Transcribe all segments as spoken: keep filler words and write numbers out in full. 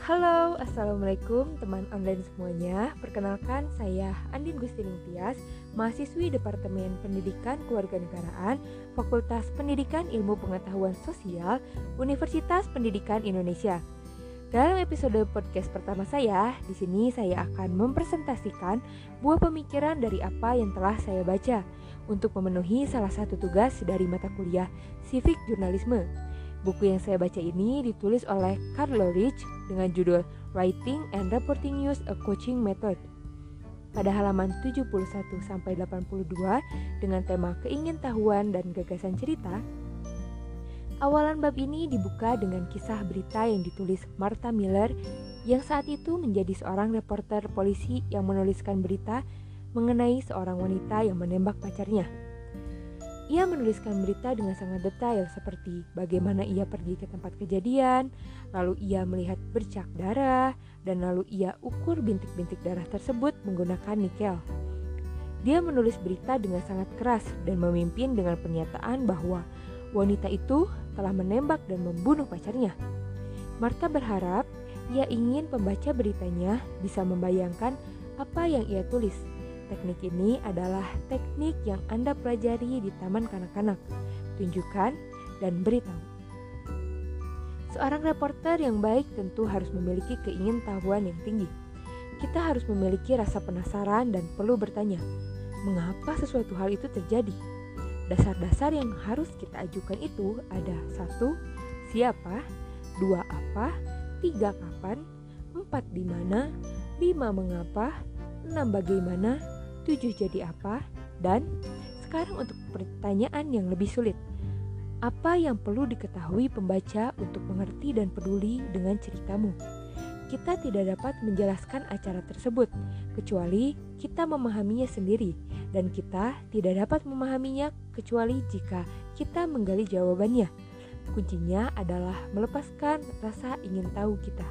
Halo, Assalamualaikum teman online semuanya. Perkenalkan, saya Andin Gustining Tias, mahasiswi Departemen Pendidikan Kewarganegaraan, Fakultas Pendidikan Ilmu Pengetahuan Sosial, Universitas Pendidikan Indonesia. Dalam episode podcast pertama saya, di sini saya akan mempresentasikan buah pemikiran dari apa yang telah saya baca untuk memenuhi salah satu tugas dari mata kuliah Civic Journalism. Buku yang saya baca ini ditulis oleh Carl Lorich dengan judul Writing and Reporting News a Coaching Method pada halaman tujuh puluh satu sampai delapan puluh dua dengan tema keingintahuan dan gagasan cerita. Awalan bab ini dibuka dengan kisah berita yang ditulis Martha Miller yang saat itu menjadi seorang reporter polisi yang menuliskan berita mengenai seorang wanita yang menembak pacarnya. Ia menuliskan berita dengan sangat detail seperti bagaimana ia pergi ke tempat kejadian, lalu ia melihat bercak darah, dan lalu ia ukur bintik-bintik darah tersebut menggunakan nikel. Dia menulis berita dengan sangat keras dan memimpin dengan pernyataan bahwa wanita itu telah menembak dan membunuh pacarnya. Martha berharap ia ingin pembaca beritanya bisa membayangkan apa yang ia tulis. Teknik ini adalah teknik yang Anda pelajari di taman kanak-kanak. Tunjukkan dan beritahu. Seorang reporter yang baik tentu harus memiliki keingintahuan yang tinggi. Kita harus memiliki rasa penasaran dan perlu bertanya, mengapa sesuatu hal itu terjadi? Dasar-dasar yang harus kita ajukan itu ada satu, siapa, dua, apa, tiga, kapan, empat, di mana, lima, mengapa, enam, bagaimana, tujuh, jadi apa, dan sekarang untuk pertanyaan yang lebih sulit. Apa yang perlu diketahui pembaca untuk mengerti dan peduli dengan ceritamu? Kita tidak dapat menjelaskan acara tersebut, kecuali kita memahaminya sendiri, dan kita tidak dapat memahaminya kecuali jika kita menggali jawabannya. Kuncinya adalah melepaskan rasa ingin tahu kita.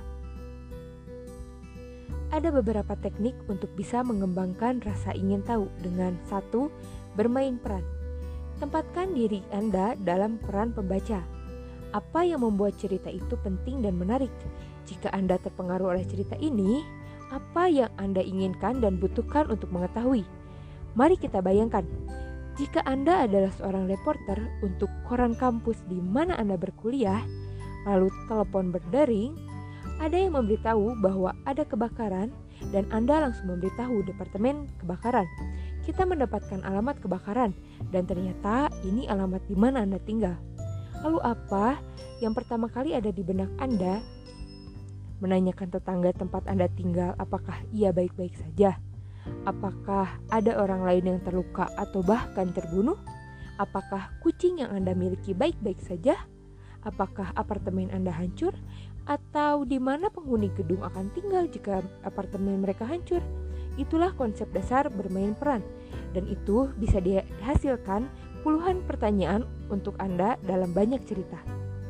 Ada beberapa teknik untuk bisa mengembangkan rasa ingin tahu dengan satu, bermain peran. Tempatkan diri Anda dalam peran pembaca. Apa yang membuat cerita itu penting dan menarik? Jika Anda terpengaruh oleh cerita ini, apa yang Anda inginkan dan butuhkan untuk mengetahui? Mari kita bayangkan, jika Anda adalah seorang reporter untuk koran kampus di mana Anda berkuliah, lalu telepon berdering, ada yang memberitahu bahwa ada kebakaran dan Anda langsung memberitahu departemen kebakaran. Kita mendapatkan alamat kebakaran dan ternyata ini alamat di mana Anda tinggal. Lalu apa yang pertama kali ada di benak Anda? Menanyakan tetangga tempat Anda tinggal apakah ia baik-baik saja? Apakah ada orang lain yang terluka atau bahkan terbunuh? Apakah kucing yang Anda miliki baik-baik saja? Apakah apartemen Anda hancur? Atau di mana penghuni gedung akan tinggal jika apartemen mereka hancur? Itulah konsep dasar bermain peran, dan itu bisa dihasilkan puluhan pertanyaan untuk Anda dalam banyak cerita.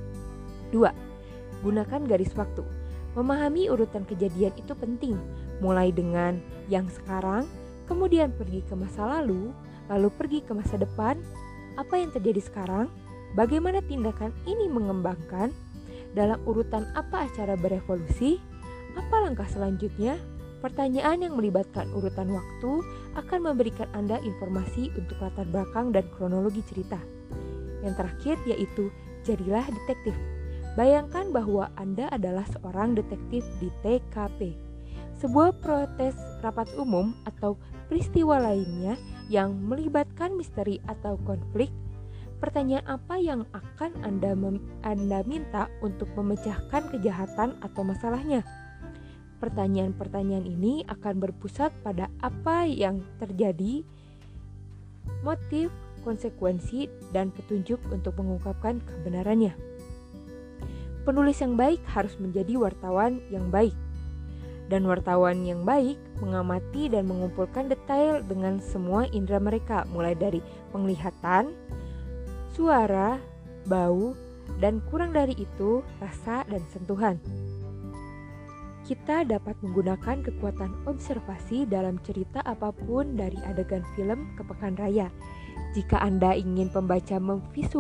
Dua. Gunakan garis waktu. Memahami urutan kejadian itu penting, mulai dengan yang sekarang, kemudian pergi ke masa lalu, lalu pergi ke masa depan. Apa yang terjadi sekarang? Bagaimana tindakan ini mengembangkan? Dalam urutan apa acara berevolusi? Apa langkah selanjutnya? Pertanyaan yang melibatkan urutan waktu akan memberikan Anda informasi untuk latar belakang dan kronologi cerita. Yang terakhir yaitu jadilah detektif. Bayangkan bahwa Anda adalah seorang detektif di T K P. Sebuah protes rapat umum atau peristiwa lainnya yang melibatkan misteri atau konflik. Pertanyaan apa yang akan Anda, mem- Anda minta untuk memecahkan kejahatan atau masalahnya? Pertanyaan-pertanyaan ini akan berpusat pada apa yang terjadi, motif, konsekuensi, dan petunjuk untuk mengungkapkan kebenarannya. Penulis yang baik harus menjadi wartawan yang baik. Dan wartawan yang baik mengamati dan mengumpulkan detail dengan semua indera mereka, mulai dari penglihatan, suara, bau, dan kurang dari itu, rasa dan sentuhan. Kita dapat menggunakan kekuatan observasi dalam cerita apapun dari adegan film ke pekan raya. Jika Anda ingin pembaca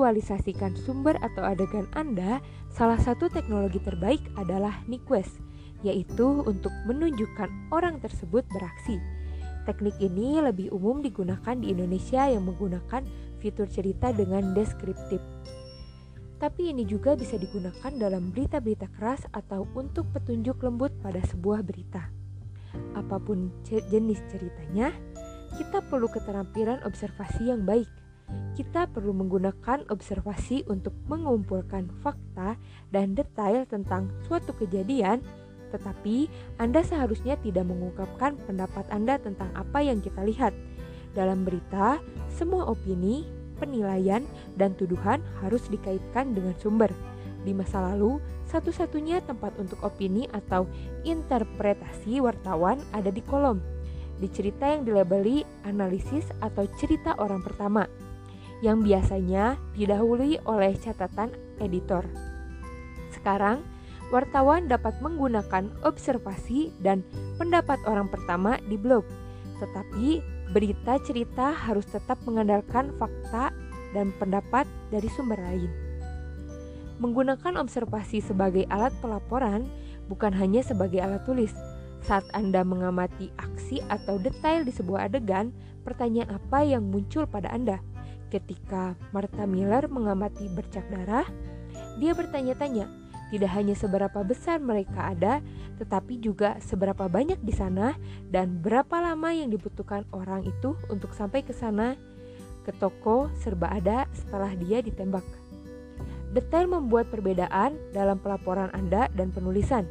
memvisualisasikan sumber atau adegan Anda, salah satu teknologi terbaik adalah Nyquist. yaitu untuk menunjukkan orang tersebut beraksi. Teknik ini lebih umum digunakan di Indonesia yang menggunakan fitur cerita dengan deskriptif. Tapi ini juga bisa digunakan dalam berita-berita keras atau untuk petunjuk lembut pada sebuah berita. Apapun jenis ceritanya, kita perlu keterampilan observasi yang baik. Kita perlu menggunakan observasi untuk mengumpulkan fakta dan detail tentang suatu kejadian, tetapi Anda seharusnya tidak mengungkapkan pendapat Anda tentang apa yang kita lihat. Dalam berita, semua opini, penilaian, dan tuduhan harus dikaitkan dengan sumber. Di masa lalu, satu-satunya tempat untuk opini atau interpretasi wartawan ada di kolom, di cerita yang dilabeli analisis atau cerita orang pertama, yang biasanya didahului oleh catatan editor. Sekarang, wartawan dapat menggunakan observasi dan pendapat orang pertama di blog, tetapi berita cerita harus tetap mengandalkan fakta dan pendapat dari sumber lain. Menggunakan observasi sebagai alat pelaporan bukan hanya sebagai alat tulis. Saat Anda mengamati aksi atau detail di sebuah adegan, pertanyaan apa yang muncul pada Anda? Ketika Martha Miller mengamati bercak darah, dia bertanya-tanya, tidak hanya seberapa besar mereka ada, tetapi juga seberapa banyak di sana dan berapa lama yang dibutuhkan orang itu untuk sampai ke sana, ke toko serba ada setelah dia ditembak. Detail membuat perbedaan dalam pelaporan Anda dan penulisan.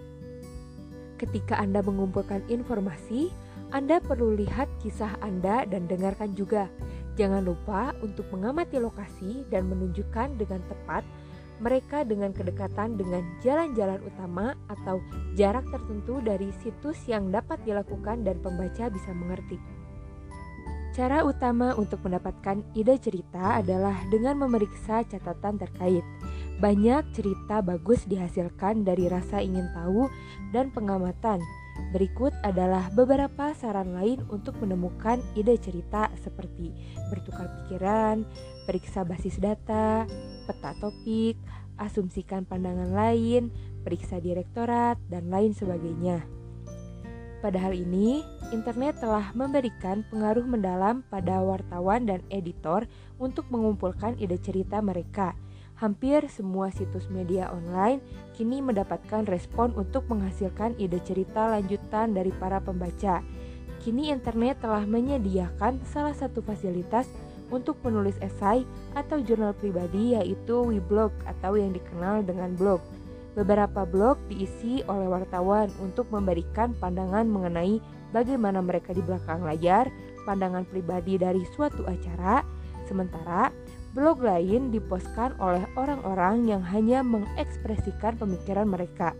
Ketika Anda mengumpulkan informasi, Anda perlu lihat kisah Anda dan dengarkan juga. Jangan lupa untuk mengamati lokasi dan menunjukkan dengan tepat mereka dengan kedekatan dengan jalan-jalan utama atau jarak tertentu dari situs yang dapat dilakukan dan pembaca bisa mengerti. Cara utama untuk mendapatkan ide cerita adalah dengan memeriksa catatan terkait. Banyak cerita bagus dihasilkan dari rasa ingin tahu dan pengamatan. Berikut adalah beberapa saran lain untuk menemukan ide cerita seperti bertukar pikiran, periksa basis data, peta topik, asumsikan pandangan lain, periksa direktorat, dan lain sebagainya. Pada hal ini, internet telah memberikan pengaruh mendalam pada wartawan dan editor untuk mengumpulkan ide cerita mereka. Hampir semua situs media online kini mendapatkan respon untuk menghasilkan ide cerita lanjutan dari para pembaca. Kini internet telah menyediakan salah satu fasilitas untuk penulis esai atau jurnal pribadi, yaitu Weblog atau yang dikenal dengan blog. Beberapa blog diisi oleh wartawan untuk memberikan pandangan mengenai bagaimana mereka di belakang layar, pandangan pribadi dari suatu acara, sementara blog lain dipostkan oleh orang-orang yang hanya mengekspresikan pemikiran mereka.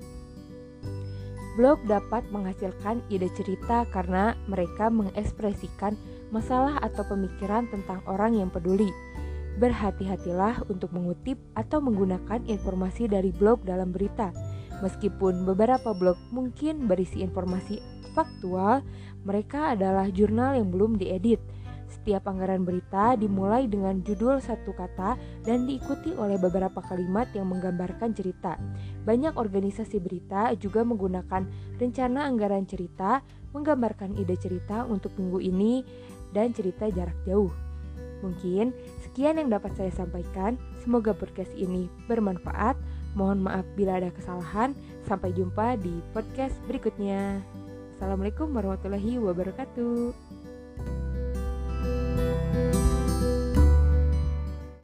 Blog dapat menghasilkan ide cerita karena mereka mengekspresikan masalah atau pemikiran tentang orang yang peduli. Berhati-hatilah untuk mengutip atau menggunakan informasi dari blog dalam berita. Meskipun beberapa blog mungkin berisi informasi faktual, mereka adalah jurnal yang belum diedit. Setiap anggaran berita dimulai dengan judul satu kata dan diikuti oleh beberapa kalimat yang menggambarkan cerita. Banyak organisasi berita juga menggunakan rencana anggaran cerita, menggambarkan ide cerita untuk minggu ini dan cerita jarak jauh. Mungkin sekian yang dapat saya sampaikan. Semoga podcast ini bermanfaat. Mohon maaf bila ada kesalahan. Sampai jumpa di podcast berikutnya. Assalamualaikum warahmatullahi wabarakatuh.